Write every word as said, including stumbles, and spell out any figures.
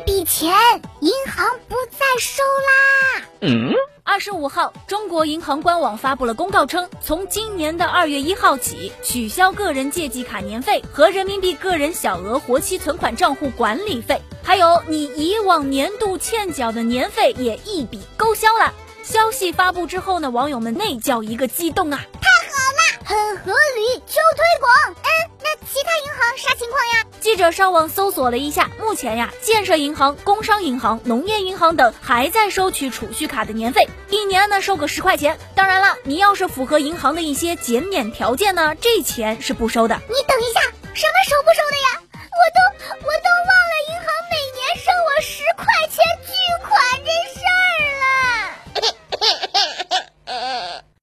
笔钱银行不再收啦。 嗯。二十五号，中国银行官网发布了公告称，从今年的二月一号起，取消个人借记卡年费和人民币个人小额活期存款账户管理费，还有你以往年度欠缴的年费也一笔勾销了。消息发布之后呢，网友们那叫一个激动啊！ 太好了，很合理，求推广。嗯，那其他银行啥情况呀？ 记者上网搜索了一下，目前呀，建设银行、工商银行、农业银行等还在收取储蓄卡的年费，一年呢收个十块钱。当然了，你要是符合银行的一些减免条件呢，这钱是不收的。 你等一下，什么收不收的呀？我都我都忘了银行每年收我十块钱。